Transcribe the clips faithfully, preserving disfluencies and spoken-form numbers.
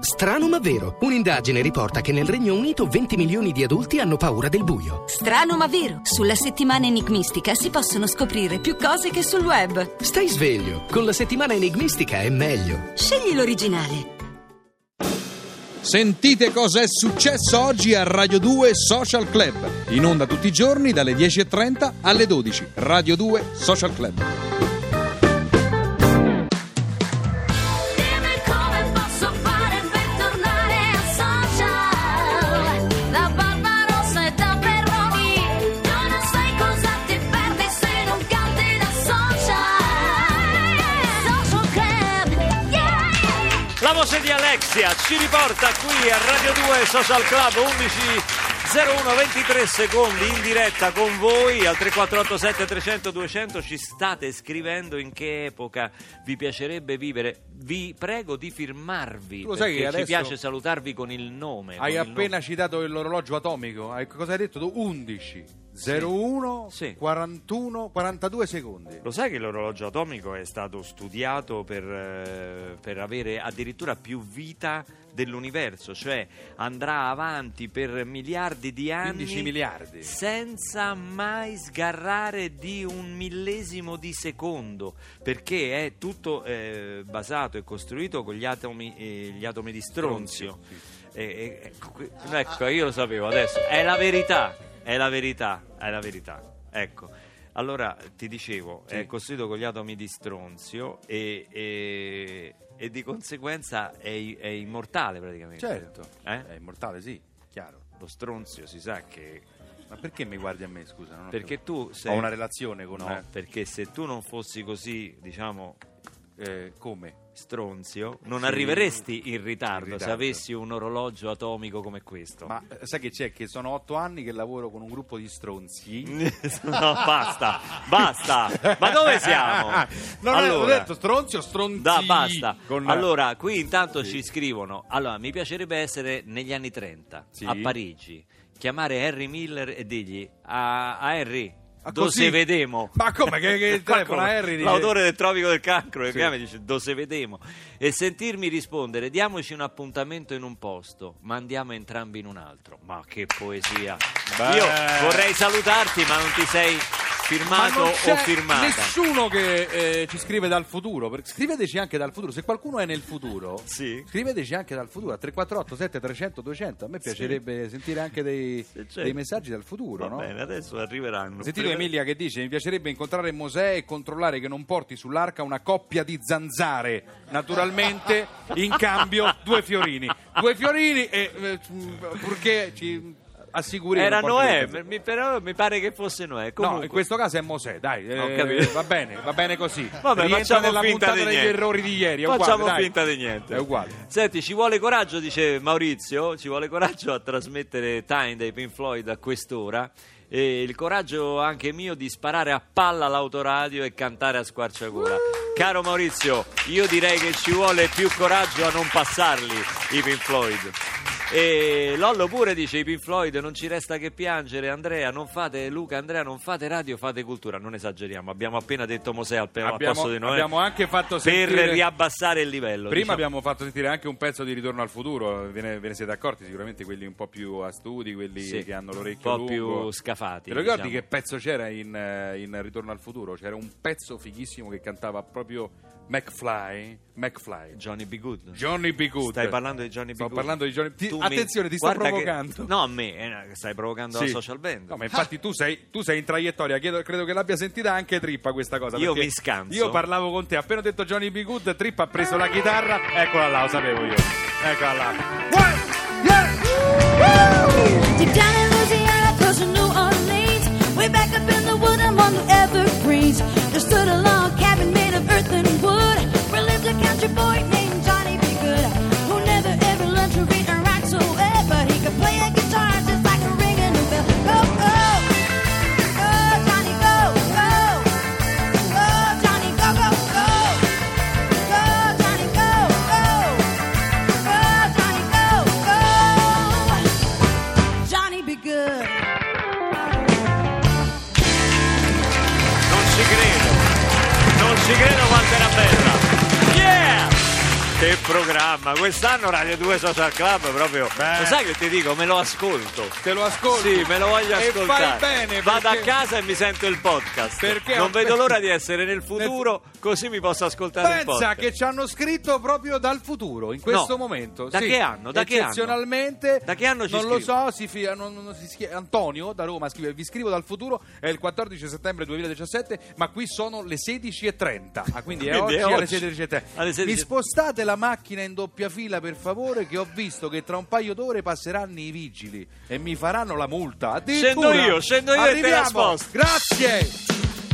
Strano ma vero. Un'indagine riporta che nel Regno Unito venti milioni di adulti hanno paura del buio. Strano ma vero. Sulla settimana enigmistica si possono scoprire più cose che sul web. Stai sveglio. Con la settimana enigmistica è meglio. Scegli l'originale. Sentite cosa è successo oggi a Radio due Social Club. In onda tutti i giorni dalle dieci e trenta alle dodici. Radio due Social Club. La voce di Alexia ci riporta qui a Radio due Social Club. Undici zero uno ventitré secondi in diretta con voi al tre quattro otto sette trecento duecento. Ci state scrivendo in che epoca vi piacerebbe vivere. Vi prego di firmarvi, lo sai perché che ci piace salutarvi con il nome. Hai con il appena nome. citato l'orologio atomico. Cosa hai detto tu? undici zero uno Sì. quarantuno quarantadue secondi. Lo sai che l'orologio atomico è stato studiato per, eh, per avere addirittura più vita dell'universo, cioè andrà avanti per miliardi di anni, quindici miliardi, senza mai sgarrare di un millesimo di secondo, perché è tutto eh, basato e costruito con gli atomi, eh, gli atomi di stronzio. Sì, sì. E, e, ecco, io lo sapevo adesso, è la verità, è la verità, è la verità, ecco. Allora ti dicevo, sì. È costruito con gli atomi di stronzio e, e, e di conseguenza è, è immortale praticamente. Certo, eh? È immortale, sì, chiaro. Lo stronzio si sa che... Ma perché mi guardi a me, scusa? Non ho perché capito. tu sei... Ho una relazione con... No, eh. perché se tu non fossi così, diciamo... Eh, come? Stronzio, non Sì. arriveresti in ritardo, In ritardo se avessi un orologio atomico come questo. Ma eh, sai che c'è? Che sono otto anni che lavoro con un gruppo di stronzi. No, basta, basta. Ma dove siamo? Non allora, ho detto stronzio, stronzi. Da, basta. Con... Allora, qui intanto sì. ci scrivono. Allora, mi piacerebbe essere negli anni trenta, sì. a Parigi, chiamare Harry Miller e dirgli a, a Harry... Ah, Dove così? vedemo? Ma come che, che il telefono a Harry dice... L'autore del Tropico del Cancro che sì. chiama e dice dove se vedemo, e sentirmi rispondere diamoci un appuntamento in un posto ma andiamo entrambi in un altro. Ma che poesia. Beh. Io vorrei salutarti ma non ti sei firmato non o c'è firmata. Nessuno che eh, ci scrive dal futuro. Per... Scriveteci anche dal futuro. Se qualcuno è nel futuro, sì. Scriveteci anche dal futuro a tre quattro otto sette trecento duecento. A me piacerebbe sì. sentire anche dei, certo. dei messaggi dal futuro. Va no? bene, adesso arriveranno. Sentite Emilia che dice: mi piacerebbe incontrare Mosè e controllare che non porti sull'arca una coppia di zanzare, naturalmente in cambio due fiorini due fiorini e eh, purché ci assicuri. Era Noè, mi, però mi pare che fosse Noè. Comunque. No, in questo caso è Mosè, dai, Ho eh, capito. va bene, va bene così. Vabbè, rientra facciamo nella finta puntata di degli niente. errori di ieri, è Facciamo uguale, dai. finta di niente. È uguale. Senti, ci vuole coraggio, dice Maurizio, ci vuole coraggio a trasmettere Time dei Pink Floyd a quest'ora. E il coraggio anche mio di sparare a palla l'autoradio e cantare a squarciagola. Caro Maurizio, io direi che ci vuole più coraggio a non passarli i Pink Floyd. E Lollo pure dice: i Pink Floyd non ci resta che piangere. Andrea non fate Luca Andrea non fate radio, fate cultura. Non esageriamo, abbiamo appena detto Mosè al, pe- al posto di Noè. Abbiamo anche fatto per sentire... riabbassare il livello. Prima diciamo. abbiamo fatto sentire anche un pezzo di Ritorno al futuro. Ve ne, ve ne siete accorti? Sicuramente quelli un po' più a studi, quelli Sì, che hanno l'orecchio un po' lungo, più scafati. Te lo ricordi diciamo. che pezzo c'era in, in Ritorno al futuro? C'era un pezzo fighissimo che cantava proprio McFly, McFly. Johnny B. Good. Johnny B. Good. Stai parlando di Johnny B. Sto Good. parlando di Johnny. Ti, Tu attenzione, mi... ti sto Guarda provocando. Che... No, a me, eh, stai provocando sì. la social band. No, ma infatti tu sei, tu sei in traiettoria. Chiedo, credo che l'abbia sentita anche Trippa questa cosa. Io perché mi scanso. Io parlavo con te, appena ho detto Johnny B. Good, Trippa ha preso la chitarra. Eccola là, lo sapevo io. Eccola là. One, yeah. Deep down in Louisiana, close to New Orleans, way back up in the wood among the evergreens, there stood a log cabin made of earth and wood, where lived a country boy named Johnny B. Good, who never ever learned to read or write so well, but he could play a guitar just like a ringing a bell. Go, go, go, Johnny, go, go, go, Johnny, go, go, go, go, Johnny, go, go, go, Johnny, go, go, Johnny be good. Non ci credo, non ci credo quanto era bella. Yeah! programma. Quest'anno Radio due Social Club proprio. Beh. Lo sai che ti dico? Me lo ascolto. Te lo ascolti? Sì, me lo voglio E ascoltare. fai bene, Vado perché- a casa e mi sento il podcast. Perché non ho- vedo l'ora di essere nel futuro, così mi posso ascoltare il Pensa podcast. che ci hanno scritto proprio dal futuro in questo No. momento. Da Sì. che anno? Da che anno? Eccezionalmente. Da che anno ci Non lo scrivono? so, si fi- non, non si schie- Antonio da Roma scrive: vi scrivo dal futuro, è il quattordici settembre duemiladiciassette, ma qui sono le sedici e trenta. Ah, quindi è Quindi oggi, è alle oggi. sedici e trenta. Alle sedici. Mi spostate la macchina in doppia fila per favore, che ho visto che tra un paio d'ore passeranno i vigili e mi faranno la multa. Addirittura. Scendo io, scendo io e te la Arriviamo. sposto. Grazie.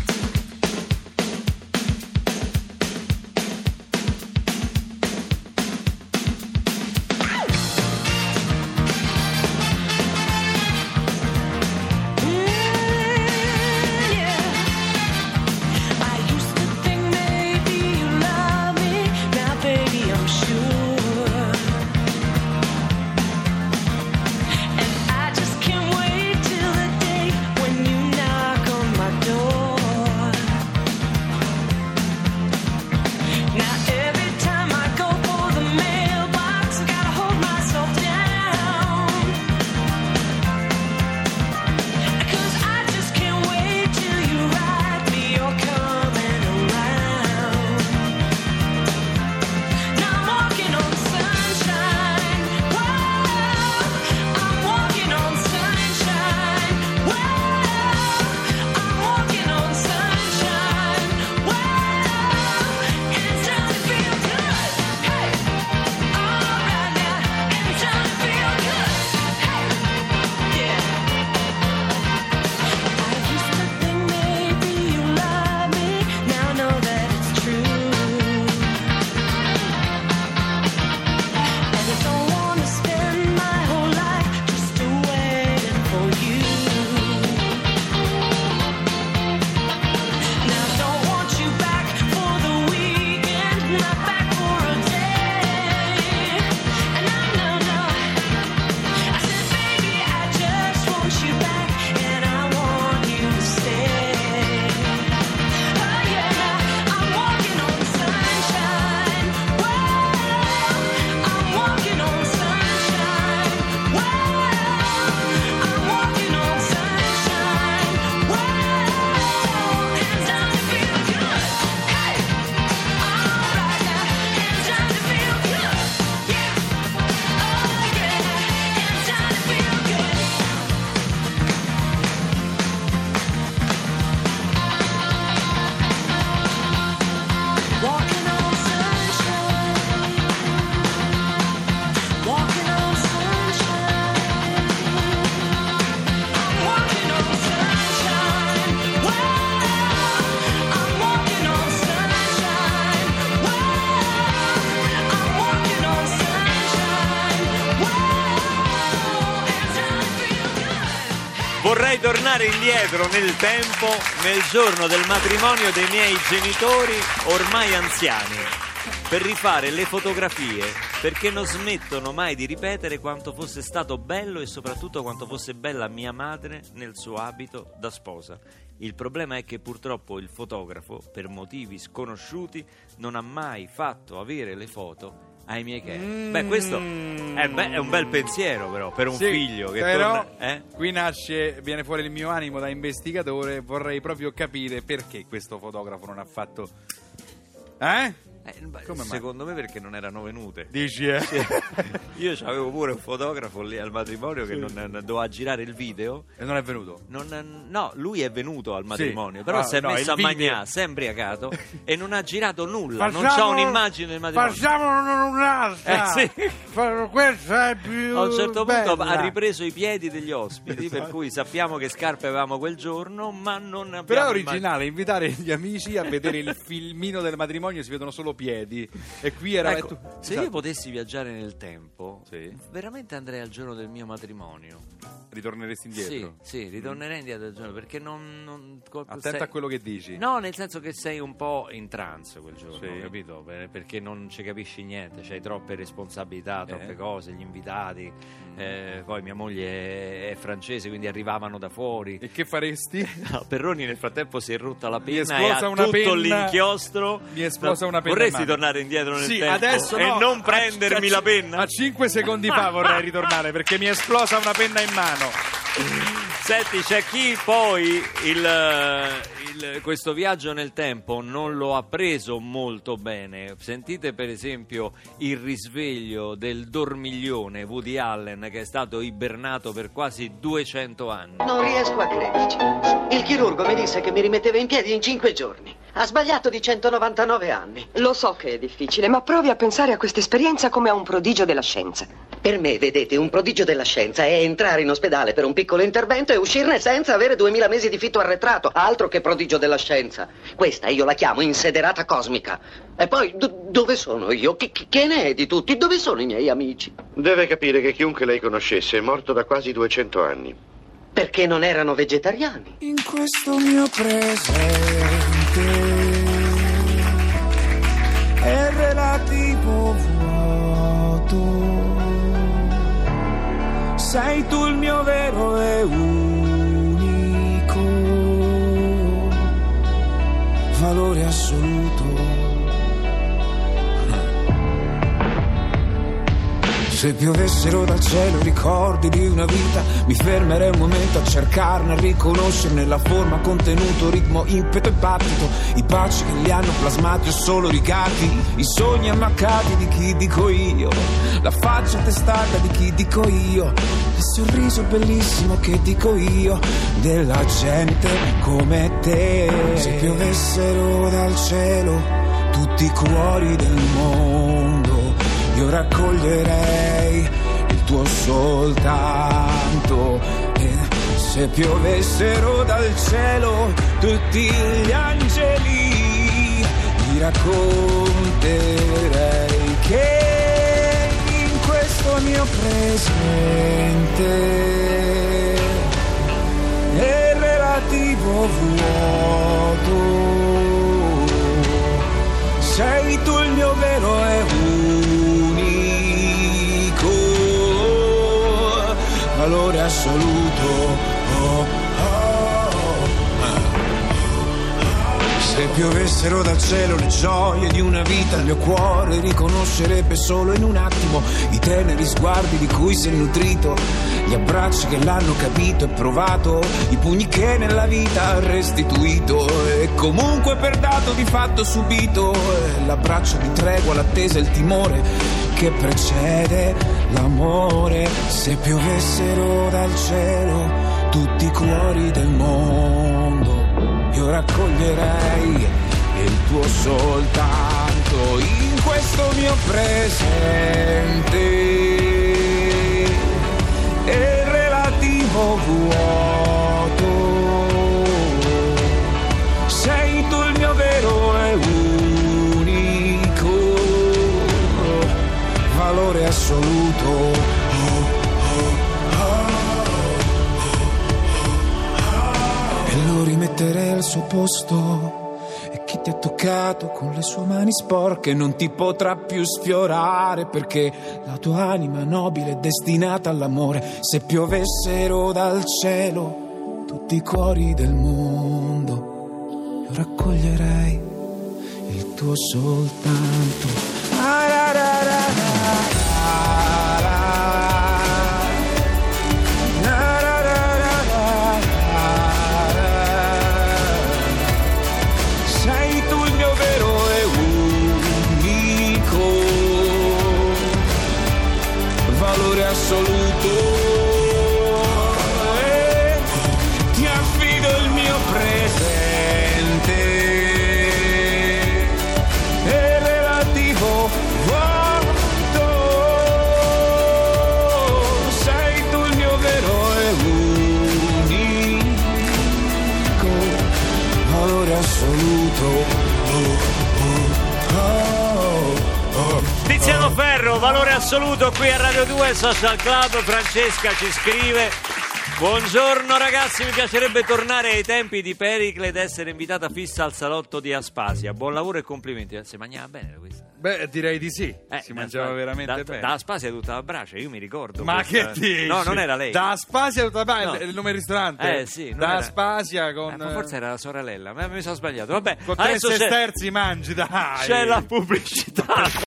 I used to think maybe you love me, now baby I'm sure. And I just can't wait till the day when you knock on my door. Now every time I go for the mailbox, I gotta hold myself down. 'Cause I just can't wait till you write me you're coming around. Now I'm walking on sunshine. Whoa, I'm walking on sunshine. Whoa, I'm walking on sunshine. Whoa, and it's time to feel good. Hey, all right now, and it's time to feel good. Hey, yeah. I used to think maybe you love me, now I know that it's true. And I don't wanna spend my whole life just waiting for you. Now I don't want you back for the weekend, not back for a day. And I know, no, I said, baby, I just want you back, and I want you to stay. Oh yeah, now I'm walking on sunshine. Whoa, I'm walking on sunshine. Whoa, I'm walking on sunshine. Whoa, and it's time to feel good. Hey, all right now, and it's time to feel good. Yeah, oh yeah, and it's time to feel good. Walking on sunshine. Walking on sunshine. I'm walking on sunshine. Whoa, I'm walking on sunshine. Whoa, I'm walking on sunshine. Whoa, it's time to feel good. Vorrei tornare indietro nel tempo, nel giorno del matrimonio dei miei genitori ormai anziani, per rifare le fotografie, perché non smettono mai di ripetere quanto fosse stato bello e soprattutto quanto fosse bella mia madre nel suo abito da sposa. Il problema è che purtroppo il fotografo, per motivi sconosciuti, non ha mai fatto avere le foto ai miei cari. Beh, questo è, be- è un bel pensiero, però, per un Sì, figlio che però torna. Eh? qui nasce, viene fuori il mio animo da investigatore. Vorrei proprio capire perché questo fotografo non ha fatto. Eh? Eh, beh, Come mai? secondo me perché non erano venute. Dici, eh? Io avevo pure un fotografo lì al matrimonio che non, non doveva girare il video. E non è venuto. Non- no, lui è venuto al matrimonio, però Ah, si è no, messo a il video. mangiare, si è imbriacato e non ha girato nulla. non Facciamo- c'ho un'immagine del matrimonio. Facciamolo un'altra. Eh, sì. Fa- Questa è più A un certo punto bella. ha ripreso i piedi degli ospiti, Esatto. per cui sappiamo che scarpe avevamo quel giorno, ma non abbiamo Però è immagine- originale invitare gli amici a vedere il filmino del matrimonio, si vedono solo piedi. E qui era. Ecco, tu- se esatto. io potessi viaggiare nel tempo, Sì. veramente andrei al giorno del mio matrimonio. Ritorneresti indietro? Sì, sì, ritornerei indietro quel giorno perché non... non Attenta sei... a quello che dici. No, nel senso che sei un po' in trance quel giorno, Sì. capito? Per- Perché non ci capisci niente, c'hai troppe responsabilità, troppe Eh. cose, gli invitati. Eh, poi mia moglie è francese, quindi arrivavano da fuori. E che faresti? No, Perroni nel frattempo si è rotta la Mi è penna e esplosa ha una tutto penna- l'inchiostro. mi è esplosa No, una penna Vorresti in mano. tornare indietro nel Sì, tempo adesso e no, non a- prendermi a- la penna? A cinque secondi fa vorrei ritornare perché mi è esplosa una penna in mano. Senti, c'è chi poi il, il- questo viaggio nel tempo non lo ha preso molto bene. Sentite per esempio il risveglio del dormiglione Woody Allen, che è stato ibernato per quasi duecento anni. Non riesco a crederci. Il chirurgo mi disse che mi rimetteva in piedi in cinque giorni. Ha sbagliato di centonovantanove anni. Lo so che è difficile, ma provi a pensare a questa esperienza come a un prodigio della scienza. Per me, vedete, un prodigio della scienza è entrare in ospedale per un piccolo intervento e uscirne senza avere duemila mesi di fitto arretrato. Altro che prodigio della scienza. Questa io la chiamo insederata cosmica. E poi, do- dove sono io? Che, che ne è di tutti? Dove sono i miei amici? Deve capire che chiunque lei conoscesse è morto da quasi duecento anni. Perché non erano vegetariani. In questo mio presente è relativo vuoto. Sei tu il mio vero e unico valore assoluto. Se piovessero dal cielo ricordi di una vita, mi fermerei un momento a cercarne, a riconoscerne la forma, contenuto, ritmo, impeto e battito. I baci che li hanno plasmati o solo ricatti, i sogni ammaccati di chi dico io, la faccia testata di chi dico io, il sorriso bellissimo che dico io, della gente come te. Se piovessero dal cielo tutti i cuori del mondo, io raccoglierei il tuo soltanto. E se piovessero dal cielo tutti gli angeli, vi racconterei che in questo mio presente è relativo vuoto. Sei tu il mio vero e unico valore assoluto. Oh, oh, oh. Se piovessero dal cielo le gioie di una vita, il mio cuore riconoscerebbe solo in un attimo i teneri sguardi di cui si è nutrito, gli abbracci che l'hanno capito e provato, i pugni che nella vita ha restituito e comunque per dato di fatto subito, e l'abbraccio di tregua, l'attesa e il timore che precede l'amore. Se piovessero dal cielo tutti i cuori del mondo, io raccoglierei il tuo soltanto in questo mio presente è relativo vuoto. Sei tu il mio vero e unico valore assoluto. Oh, oh, oh. E lo rimetterei al suo posto. E chi ti ha toccato con le sue mani sporche non ti potrà più sfiorare, perché la tua anima nobile è destinata all'amore. Se piovessero dal cielo tutti i cuori del mondo, io raccoglierei il tuo soltanto. Ah, ra, ra, ra, ra. Assoluto, eh, ti affido il mio presente è relativo vuoto. Sei tu il mio vero e unico valore assoluto. Oh, oh, oh, oh. Tiziano Ferro, valore assoluto qui a Radio due Social Club. Francesca ci scrive: Buongiorno ragazzi, mi piacerebbe tornare ai tempi di Pericle ed essere invitata fissa al salotto di Aspasia. Buon lavoro e complimenti. Si mangiava bene questa? Beh, direi di sì. Eh, si mangiava veramente da, bene. Da Aspasia tutta la brace, io mi ricordo. Ma questa... che dici? No, non era lei. Da Aspasia tutta la No. brace, il nome del ristorante. Eh sì, non da era- Aspasia con... Eh, ma forse era la sorella, ma mi sono sbagliato. Vabbè, con tre adesso c'è, sesterzi mangi, dai. c'è la pubblicità.